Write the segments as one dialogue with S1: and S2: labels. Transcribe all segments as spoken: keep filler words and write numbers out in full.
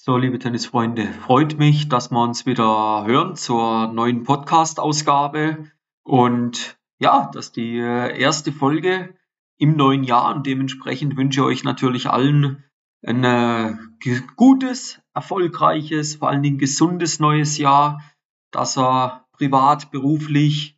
S1: So, liebe Tennisfreunde, freut mich, dass wir uns wieder hören zur neuen Podcast-Ausgabe und ja, dass die äh, erste Folge im neuen Jahr und dementsprechend wünsche ich euch natürlich allen ein äh, ge- gutes, erfolgreiches, vor allen Dingen gesundes neues Jahr, dass ihr privat, beruflich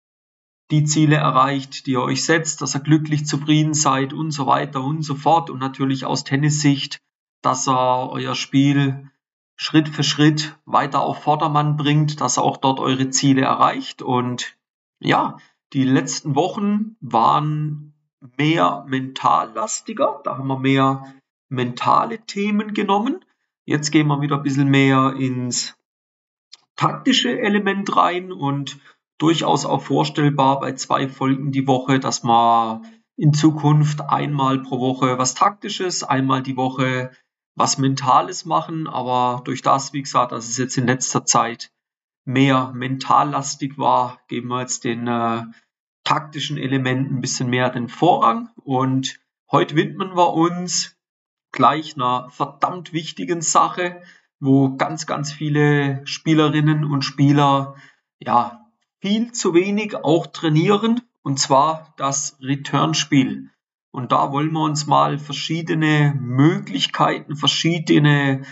S1: die Ziele erreicht, die ihr euch setzt, dass ihr glücklich, zufrieden seid und so weiter und so fort und natürlich aus Tennissicht, dass ihr euer Spiel Schritt für Schritt weiter auf Vordermann bringt, dass ihr auch dort eure Ziele erreicht. Und ja, die letzten Wochen waren mehr mentallastiger, da haben wir mehr mentale Themen genommen. Jetzt gehen wir wieder ein bisschen mehr ins taktische Element rein und durchaus auch vorstellbar bei zwei Folgen die Woche, dass man in Zukunft einmal pro Woche was Taktisches, einmal die Woche was Mentales machen. Aber durch das, wie gesagt, dass es jetzt in letzter Zeit mehr mentallastig war, geben wir jetzt den äh, taktischen Elementen ein bisschen mehr den Vorrang. Und heute widmen wir uns gleich einer verdammt wichtigen Sache, wo ganz, ganz viele Spielerinnen und Spieler ja viel zu wenig auch trainieren, und zwar das Returnspiel. Und da wollen wir uns mal verschiedene Möglichkeiten, verschiedene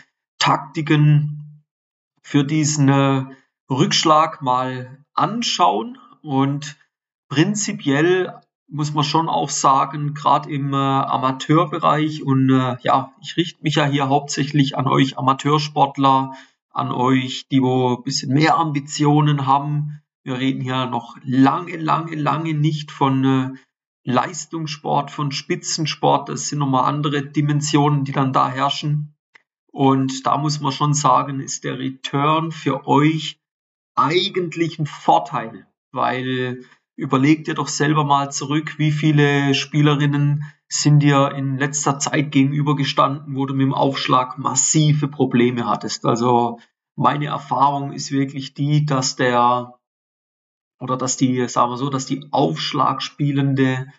S1: Taktiken für diesen äh, Rückschlag mal anschauen. Und prinzipiell muss man schon auch sagen, gerade im äh, Amateurbereich und äh, ja, ich richte mich ja hier hauptsächlich an euch Amateursportler, an euch, die wo ein bisschen mehr Ambitionen haben. Wir reden hier noch lange, lange, lange nicht von äh, Leistungssport, von Spitzensport. Das sind nochmal andere Dimensionen, die dann da herrschen. Und da muss man schon sagen, ist der Return für euch eigentlich ein Vorteil, weil überleg dir doch selber mal zurück, wie viele Spielerinnen sind dir in letzter Zeit gegenübergestanden, wo du mit dem Aufschlag massive Probleme hattest. Also meine Erfahrung ist wirklich die, dass der oder dass die, sagen wir so, dass die aufschlagspielende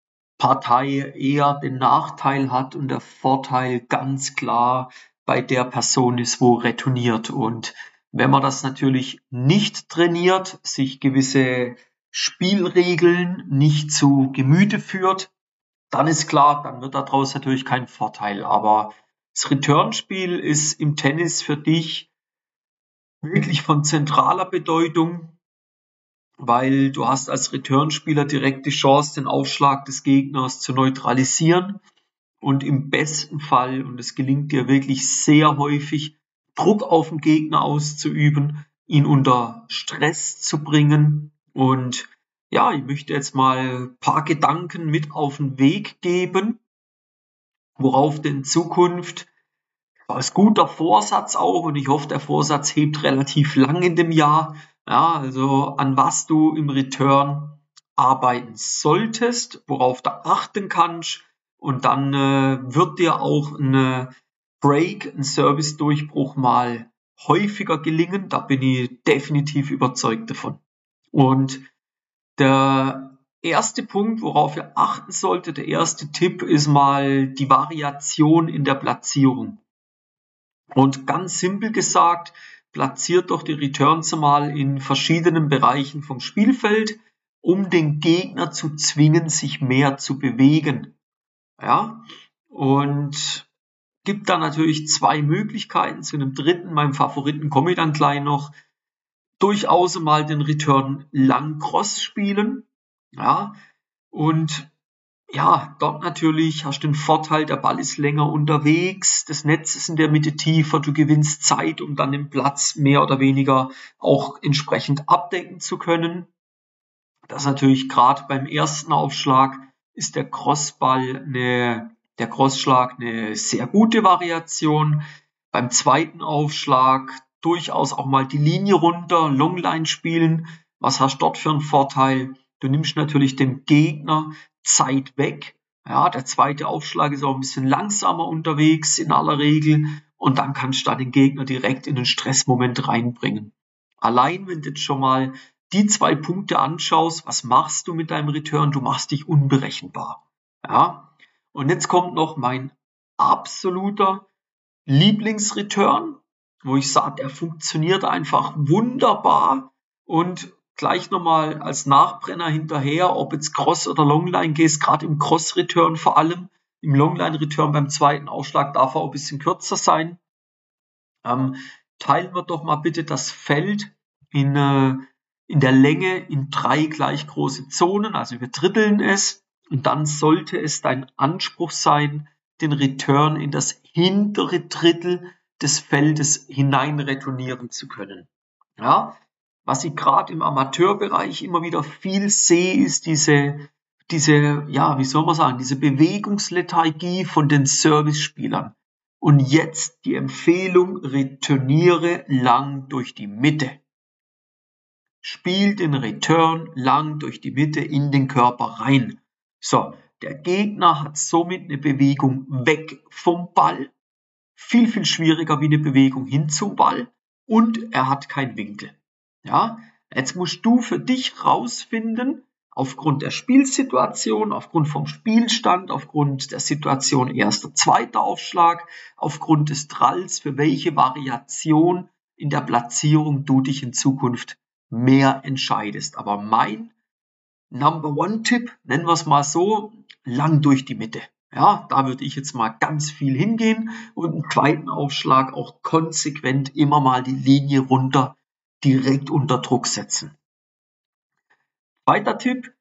S1: Partei eher den Nachteil hat und der Vorteil ganz klar bei der Person ist, wo retourniert. Und wenn man das natürlich nicht trainiert, sich gewisse Spielregeln nicht zu Gemüte führt, dann ist klar, dann wird daraus natürlich kein Vorteil. Aber das Returnspiel ist im Tennis für dich wirklich von zentraler Bedeutung, weil du hast als Returnspieler direkt die Chance, den Aufschlag des Gegners zu neutralisieren und im besten Fall, und es gelingt dir wirklich sehr häufig, Druck auf den Gegner auszuüben, ihn unter Stress zu bringen. Und ja, ich möchte jetzt mal ein paar Gedanken mit auf den Weg geben, worauf denn in Zukunft als guter Vorsatz auch, und ich hoffe, der Vorsatz hebt relativ lang in dem Jahr, ja, also an was du im Return arbeiten solltest, worauf du achten kannst, und dann äh, wird dir auch ein Break, ein Service-Durchbruch mal häufiger gelingen, da bin ich definitiv überzeugt davon. Und der erste Punkt, worauf ihr achten solltet, der erste Tipp ist mal die Variation in der Platzierung. Und ganz simpel gesagt, platziert doch die Returns mal in verschiedenen Bereichen vom Spielfeld, um den Gegner zu zwingen, sich mehr zu bewegen. Ja, und gibt da natürlich zwei Möglichkeiten. Zu einem dritten, meinem Favoriten, komme ich dann gleich noch. Durchaus mal den Return lang cross spielen. Ja, und ja, dort natürlich hast du den Vorteil, der Ball ist länger unterwegs, das Netz ist in der Mitte tiefer, du gewinnst Zeit, um dann den Platz mehr oder weniger auch entsprechend abdecken zu können. Das natürlich gerade beim ersten Aufschlag ist der Crossball eine, der Crossschlag eine sehr gute Variation. Beim zweiten Aufschlag durchaus auch mal die Linie runter, Longline spielen. Was hast du dort für einen Vorteil? Du nimmst natürlich dem Gegner Zeit weg. Ja, der zweite Aufschlag ist auch ein bisschen langsamer unterwegs in aller Regel und dann kannst du da den Gegner direkt in den Stressmoment reinbringen. Allein wenn du jetzt schon mal die zwei Punkte anschaust, was machst du mit deinem Return? Du machst dich unberechenbar. Ja, und jetzt kommt noch mein absoluter Lieblingsreturn, wo ich sage, der funktioniert einfach wunderbar und gleich nochmal als Nachbrenner hinterher, ob jetzt Cross oder Longline gehst, gerade im Cross-Return vor allem, im Longline-Return beim zweiten Aufschlag darf er auch ein bisschen kürzer sein. Ähm, teilen wir doch mal bitte das Feld in, äh, in der Länge in drei gleich große Zonen, also wir dritteln es und dann sollte es dein Anspruch sein, den Return in das hintere Drittel des Feldes hinein retournieren zu können. Ja, was ich gerade im Amateurbereich immer wieder viel sehe, ist diese, diese, ja, wie soll man sagen, diese Bewegungslethargie von den Servicespielern. Und jetzt die Empfehlung, retourniere lang durch die Mitte. Spiel den Return lang durch die Mitte in den Körper rein. So, der Gegner hat somit eine Bewegung weg vom Ball. Viel, viel schwieriger wie eine Bewegung hin zum Ball. Und er hat keinen Winkel. Ja, jetzt musst du für dich rausfinden, aufgrund der Spielsituation, aufgrund vom Spielstand, aufgrund der Situation erster, zweiter Aufschlag, aufgrund des Dralls, für welche Variation in der Platzierung du dich in Zukunft mehr entscheidest. Aber mein Number One Tipp, nennen wir es mal so, lang durch die Mitte. Ja, da würde ich jetzt mal ganz viel hingehen und im zweiten Aufschlag auch konsequent immer mal die Linie runter direkt unter Druck setzen. Zweiter Tipp,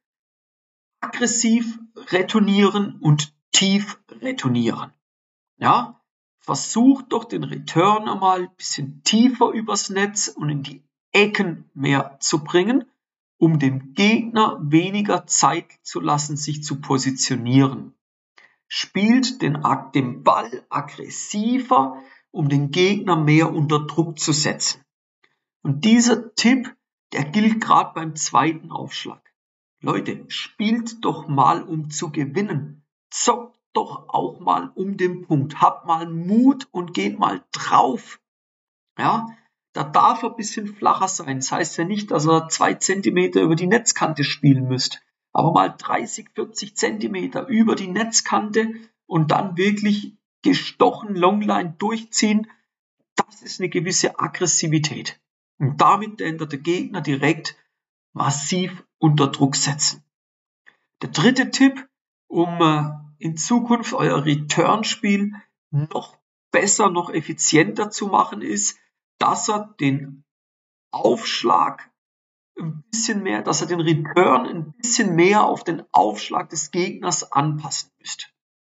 S1: aggressiv retournieren und tief retournieren. Ja, versuch doch den Return einmal ein bisschen tiefer übers Netz und in die Ecken mehr zu bringen, um dem Gegner weniger Zeit zu lassen, sich zu positionieren. Spielt den, den Ball aggressiver, um den Gegner mehr unter Druck zu setzen. Und dieser Tipp, der gilt gerade beim zweiten Aufschlag. Leute, spielt doch mal, um zu gewinnen. Zockt doch auch mal um den Punkt. Habt mal Mut und geht mal drauf. Ja, da darf er ein bisschen flacher sein. Das heißt ja nicht, dass er zwei Zentimeter über die Netzkante spielen müsst. Aber mal dreißig, vierzig Zentimeter über die Netzkante und dann wirklich gestochen Longline durchziehen. Das ist eine gewisse Aggressivität. Und damit ändert der Gegner direkt massiv unter Druck setzen. Der dritte Tipp, um äh, in Zukunft euer Return-Spiel noch besser, noch effizienter zu machen, ist, dass er den Aufschlag ein bisschen mehr, dass er den Return ein bisschen mehr auf den Aufschlag des Gegners anpassen müsst.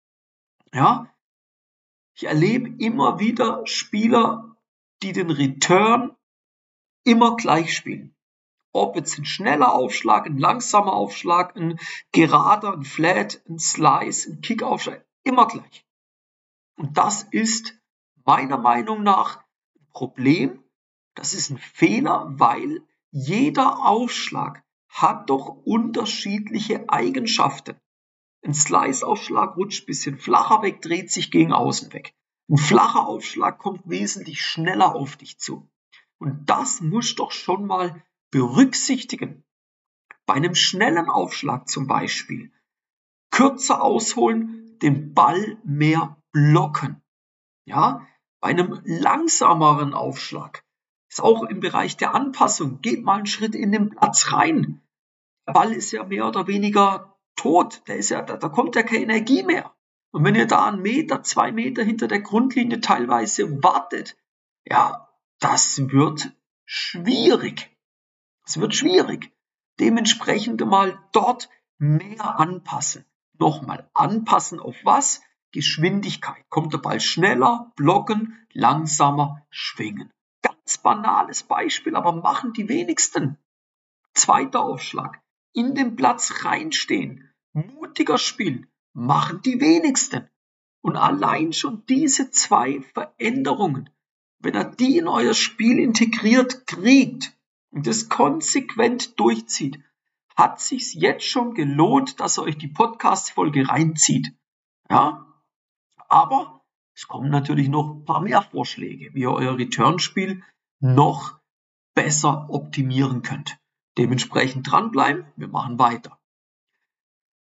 S1: Ja, ich erlebe immer wieder Spieler, die den Return immer gleich spielen. Ob jetzt ein schneller Aufschlag, ein langsamer Aufschlag, ein gerader, ein Flat, ein Slice, ein Kick-Aufschlag, immer gleich. Und das ist meiner Meinung nach ein Problem. Das ist ein Fehler, weil jeder Aufschlag hat doch unterschiedliche Eigenschaften. Ein Slice-Aufschlag rutscht ein bisschen flacher weg, dreht sich gegen außen weg. Ein flacher Aufschlag kommt wesentlich schneller auf dich zu. Und das musst du doch schon mal berücksichtigen. Bei einem schnellen Aufschlag zum Beispiel kürzer ausholen, den Ball mehr blocken. Ja, bei einem langsameren Aufschlag ist auch im Bereich der Anpassung, geht mal einen Schritt in den Platz rein. Der Ball ist ja mehr oder weniger tot, der ist ja, da, da kommt ja keine Energie mehr. Und wenn ihr da einen Meter, zwei Meter hinter der Grundlinie teilweise wartet, ja, das wird schwierig. Es wird schwierig. Dementsprechend mal dort mehr anpassen. Nochmal anpassen auf was? Geschwindigkeit. Kommt der Ball schneller, blocken, langsamer, schwingen. Ganz banales Beispiel, aber machen die wenigsten. Zweiter Aufschlag. In den Platz reinstehen. Mutiger spielen. Machen die wenigsten. Und allein schon diese zwei Veränderungen, wenn er die in euer Spiel integriert kriegt, und das konsequent durchzieht, hat sich's jetzt schon gelohnt, dass ihr euch die Podcast-Folge reinzieht. Ja, aber es kommen natürlich noch ein paar mehr Vorschläge, wie ihr euer Return-Spiel noch besser optimieren könnt. Dementsprechend dranbleiben, wir machen weiter.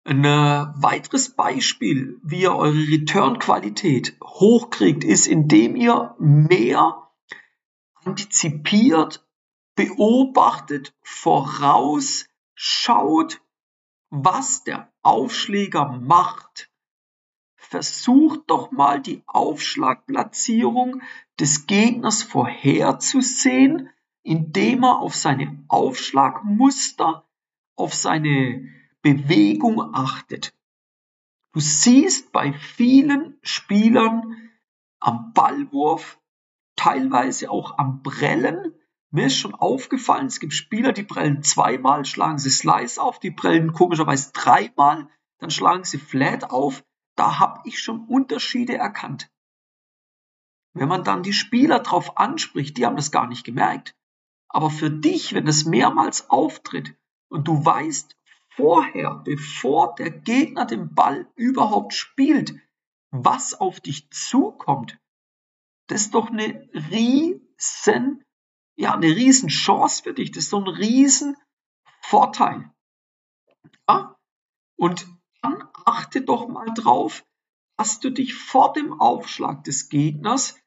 S1: Ein äh, weiteres Beispiel, wie ihr eure Return-Qualität hochkriegt, ist, indem ihr mehr antizipiert, beobachtet, vorausschaut, was der Aufschläger macht. Versucht doch mal die Aufschlagplatzierung des Gegners vorherzusehen, indem er auf seine Aufschlagmuster, auf seine Bewegung achtet. Du siehst bei vielen Spielern am Ballwurf, teilweise auch am Prellen. Mir ist schon aufgefallen, es gibt Spieler, die prellen zweimal, schlagen sie Slice auf, die prellen komischerweise dreimal, dann schlagen sie Flat auf. Da habe ich schon Unterschiede erkannt. Wenn man dann die Spieler drauf anspricht, die haben das gar nicht gemerkt. Aber für dich, wenn es mehrmals auftritt und du weißt vorher, bevor der Gegner den Ball überhaupt spielt, was auf dich zukommt, das ist doch eine riesen, ja, eine riesen Chance für dich. Das ist so ein riesen Vorteil. Ja? Und dann achte doch mal drauf, dass du dich vor dem Aufschlag des Gegners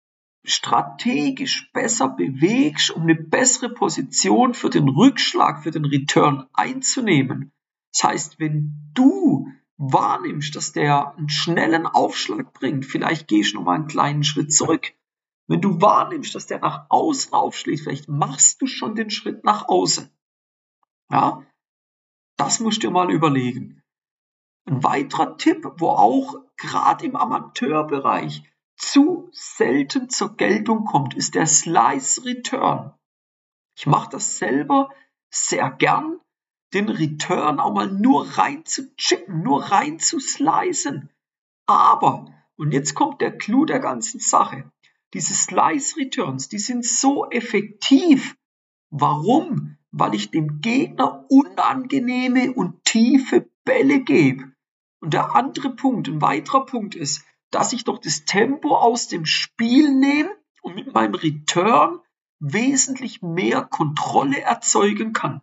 S1: strategisch besser bewegst, um eine bessere Position für den Rückschlag, für den Return einzunehmen. Das heißt, wenn du wahrnimmst, dass der einen schnellen Aufschlag bringt, vielleicht gehst du noch mal einen kleinen Schritt zurück. Wenn du wahrnimmst, dass der nach außen aufschlägt, vielleicht machst du schon den Schritt nach außen. Ja, das musst du dir mal überlegen. Ein weiterer Tipp, wo auch gerade im Amateurbereich zu selten zur Geltung kommt, ist der Slice Return. Ich mache das selber sehr gern, den Return auch mal nur rein zu chippen, nur rein zu slicen. Aber, und jetzt kommt der Clou der ganzen Sache, diese Slice Returns, die sind so effektiv. Warum? Weil ich dem Gegner unangenehme und tiefe Bälle gebe. Und der andere Punkt, ein weiterer Punkt ist, dass ich doch das Tempo aus dem Spiel nehme und mit meinem Return wesentlich mehr Kontrolle erzeugen kann.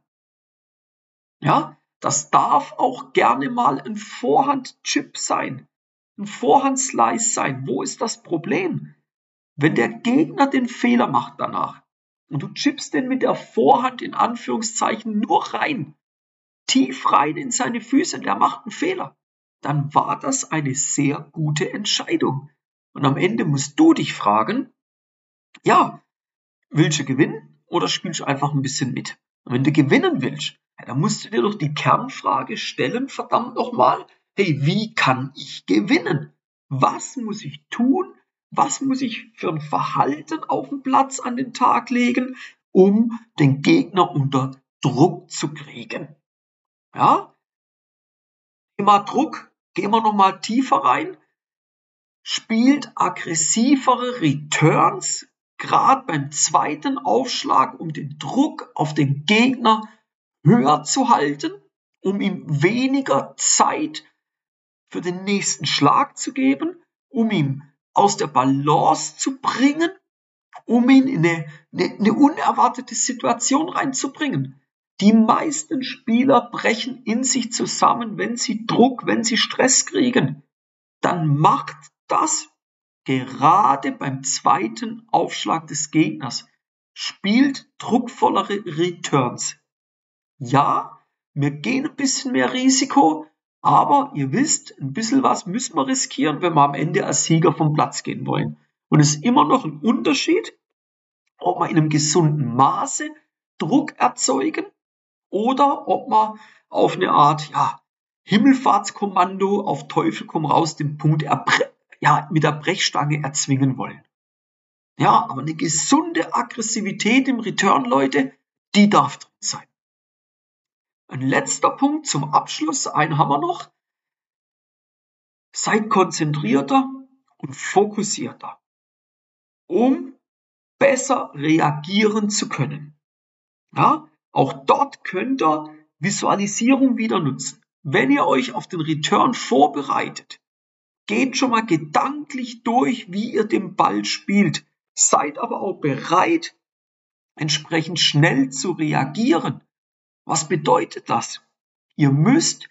S1: Ja, das darf auch gerne mal ein Vorhand-Chip sein, ein Vorhand-Slice sein. Wo ist das Problem? Wenn der Gegner den Fehler macht danach und du chippst den mit der Vorhand in Anführungszeichen nur rein, tief rein in seine Füße, der macht einen Fehler, dann war das eine sehr gute Entscheidung. Und am Ende musst du dich fragen, ja, willst du gewinnen oder spielst du einfach ein bisschen mit? Und wenn du gewinnen willst, ja, dann musst du dir doch die Kernfrage stellen, verdammt nochmal, hey, wie kann ich gewinnen? Was muss ich tun? Was muss ich für ein Verhalten auf dem Platz an den Tag legen, um den Gegner unter Druck zu kriegen? Ja? Thema Druck, gehen wir nochmal tiefer rein. Spielt aggressivere Returns, gerade beim zweiten Aufschlag, um den Druck auf den Gegner höher zu halten, um ihm weniger Zeit für den nächsten Schlag zu geben, um ihn aus der Balance zu bringen, um ihn in eine, eine, eine unerwartete Situation reinzubringen. Die meisten Spieler brechen in sich zusammen, wenn sie Druck, wenn sie Stress kriegen. Dann macht das gerade beim zweiten Aufschlag des Gegners. Spielt druckvollere Returns. Ja, wir gehen ein bisschen mehr Risiko, aber ihr wisst, ein bisschen was müssen wir riskieren, wenn wir am Ende als Sieger vom Platz gehen wollen. Und es ist immer noch ein Unterschied, ob wir in einem gesunden Maße Druck erzeugen oder ob wir auf eine Art, ja, Himmelfahrtskommando auf Teufel komm raus den Punkt erbre- ja, mit der Brechstange erzwingen wollen. Ja, aber eine gesunde Aggressivität im Return, Leute, die darf drin sein. Ein letzter Punkt zum Abschluss, einen haben wir noch. Seid konzentrierter und fokussierter, um besser reagieren zu können. Ja, auch dort könnt ihr Visualisierung wieder nutzen. Wenn ihr euch auf den Return vorbereitet, geht schon mal gedanklich durch, wie ihr den Ball spielt. Seid aber auch bereit, entsprechend schnell zu reagieren. Was bedeutet das? Ihr müsst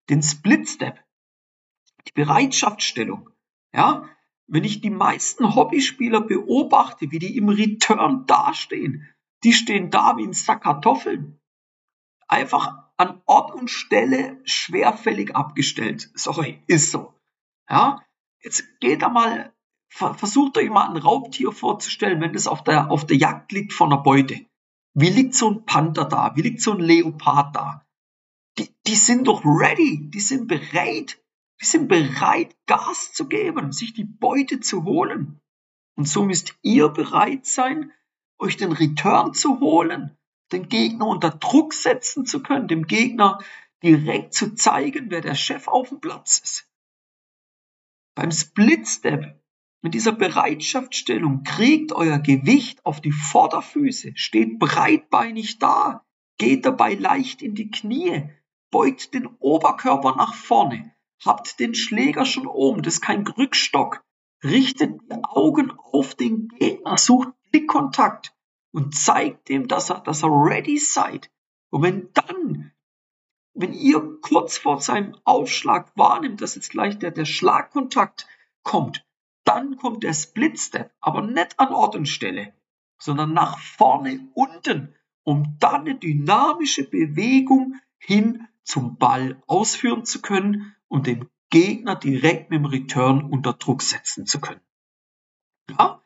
S1: den Split Step, die Bereitschaftsstellung. Ja, wenn ich die meisten Hobbyspieler beobachte, wie die im Return dastehen, die stehen da wie ein Sack Kartoffeln. Einfach an Ort und Stelle schwerfällig abgestellt. Sorry, ist so. Ja, jetzt geht da mal, versucht euch mal ein Raubtier vorzustellen, wenn das auf der, auf der Jagd liegt von einer Beute. Wie liegt so ein Panther da? Wie liegt so ein Leopard da? Die, die sind doch ready, die sind bereit. Die sind bereit, Gas zu geben, sich die Beute zu holen. Und so müsst ihr bereit sein, euch den Return zu holen, den Gegner unter Druck setzen zu können, dem Gegner direkt zu zeigen, wer der Chef auf dem Platz ist. Beim Split Step, mit dieser Bereitschaftsstellung, kriegt euer Gewicht auf die Vorderfüße, steht breitbeinig da, geht dabei leicht in die Knie, beugt den Oberkörper nach vorne, habt den Schläger schon oben, das ist kein Rückstock, richtet die Augen auf den Gegner, sucht Blickkontakt und zeigt dem, dass er, dass er ready seid. Und wenn dann, wenn ihr kurz vor seinem Aufschlag wahrnimmt, dass jetzt gleich der, der Schlagkontakt kommt, dann kommt der Split Step, aber nicht an Ort und Stelle, sondern nach vorne unten, um dann eine dynamische Bewegung hin zum Ball ausführen zu können und den Gegner direkt mit dem Return unter Druck setzen zu können. Ja?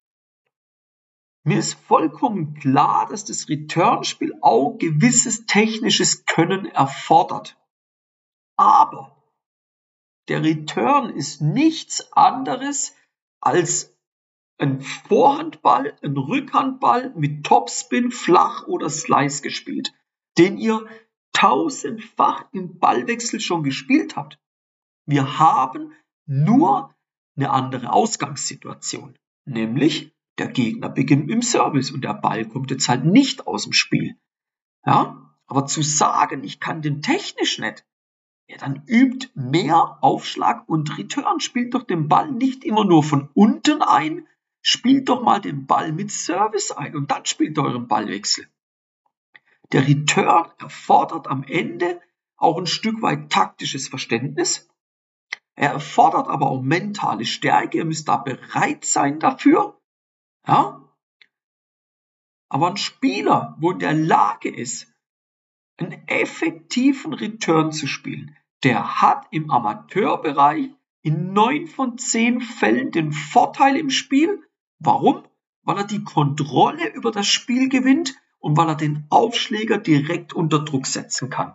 S1: Mir ist vollkommen klar, dass das Returnspiel auch gewisses technisches Können erfordert. Aber der Return ist nichts anderes als ein Vorhandball, ein Rückhandball mit Topspin, Flach oder Slice gespielt, den ihr tausendfach im Ballwechsel schon gespielt habt. Wir haben nur eine andere Ausgangssituation, nämlich der Gegner beginnt mit dem Service und der Ball kommt jetzt halt nicht aus dem Spiel. Ja, aber zu sagen, ich kann den technisch nicht, ja, dann übt mehr Aufschlag und Return, spielt doch den Ball nicht immer nur von unten ein, spielt doch mal den Ball mit Service ein und dann spielt ihr euren Ballwechsel. Der Return erfordert am Ende auch ein Stück weit taktisches Verständnis. Er erfordert aber auch mentale Stärke. Ihr müsst da bereit sein dafür. Ja? Aber ein Spieler, wo in der Lage ist, einen effektiven Return zu spielen, der hat im Amateurbereich in neun von zehn Fällen den Vorteil im Spiel. Warum? Weil er die Kontrolle über das Spiel gewinnt und weil er den Aufschläger direkt unter Druck setzen kann.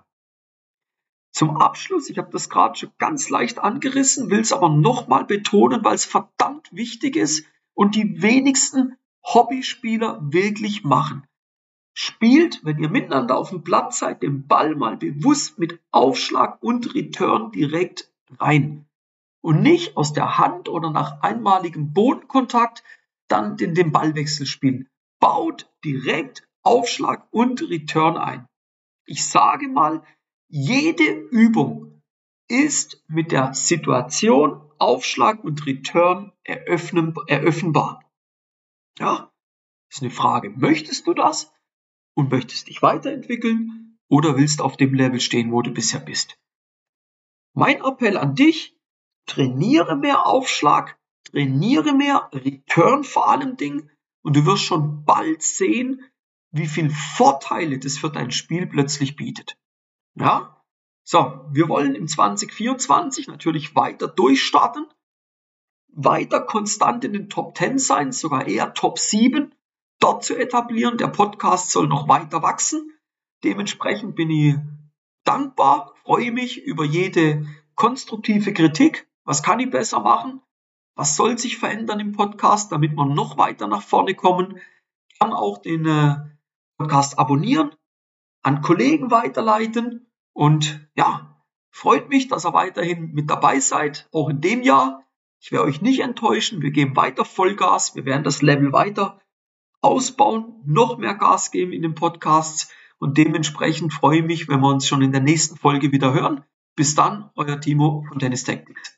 S1: Zum Abschluss, ich habe das gerade schon ganz leicht angerissen, will es aber nochmal betonen, weil es verdammt wichtig ist und die wenigsten Hobbyspieler wirklich machen. Spielt, wenn ihr miteinander auf dem Platz seid, den Ball mal bewusst mit Aufschlag und Return direkt rein. Und nicht aus der Hand oder nach einmaligem Bodenkontakt dann den, den Ballwechsel spielen. Baut direkt Aufschlag und Return ein. Ich sage mal, jede Übung ist mit der Situation Aufschlag und Return eröffnen, eröffnbar. Ja, ist eine Frage, möchtest du das und möchtest dich weiterentwickeln oder willst auf dem Level stehen, wo du bisher bist? Mein Appell an dich, trainiere mehr Aufschlag, trainiere mehr Return vor allem Dingen und du wirst schon bald sehen, wie viel Vorteile das für dein Spiel plötzlich bietet. Ja, so, wir wollen im zwanzig vierundzwanzig natürlich weiter durchstarten, weiter konstant in den Top zehn sein, sogar eher Top sieben dort zu etablieren. Der Podcast soll noch weiter wachsen. Dementsprechend bin ich dankbar, freue mich über jede konstruktive Kritik. Was kann ich besser machen? Was soll sich verändern im Podcast, damit wir noch weiter nach vorne kommen? Ich kann auch den äh, Podcast abonnieren, an Kollegen weiterleiten und ja, freut mich, dass ihr weiterhin mit dabei seid, auch in dem Jahr. Ich werde euch nicht enttäuschen, wir geben weiter Vollgas, wir werden das Level weiter ausbauen, noch mehr Gas geben in den Podcasts und dementsprechend freue ich mich, wenn wir uns schon in der nächsten Folge wieder hören. Bis dann, euer Timo von Tennis Tactics.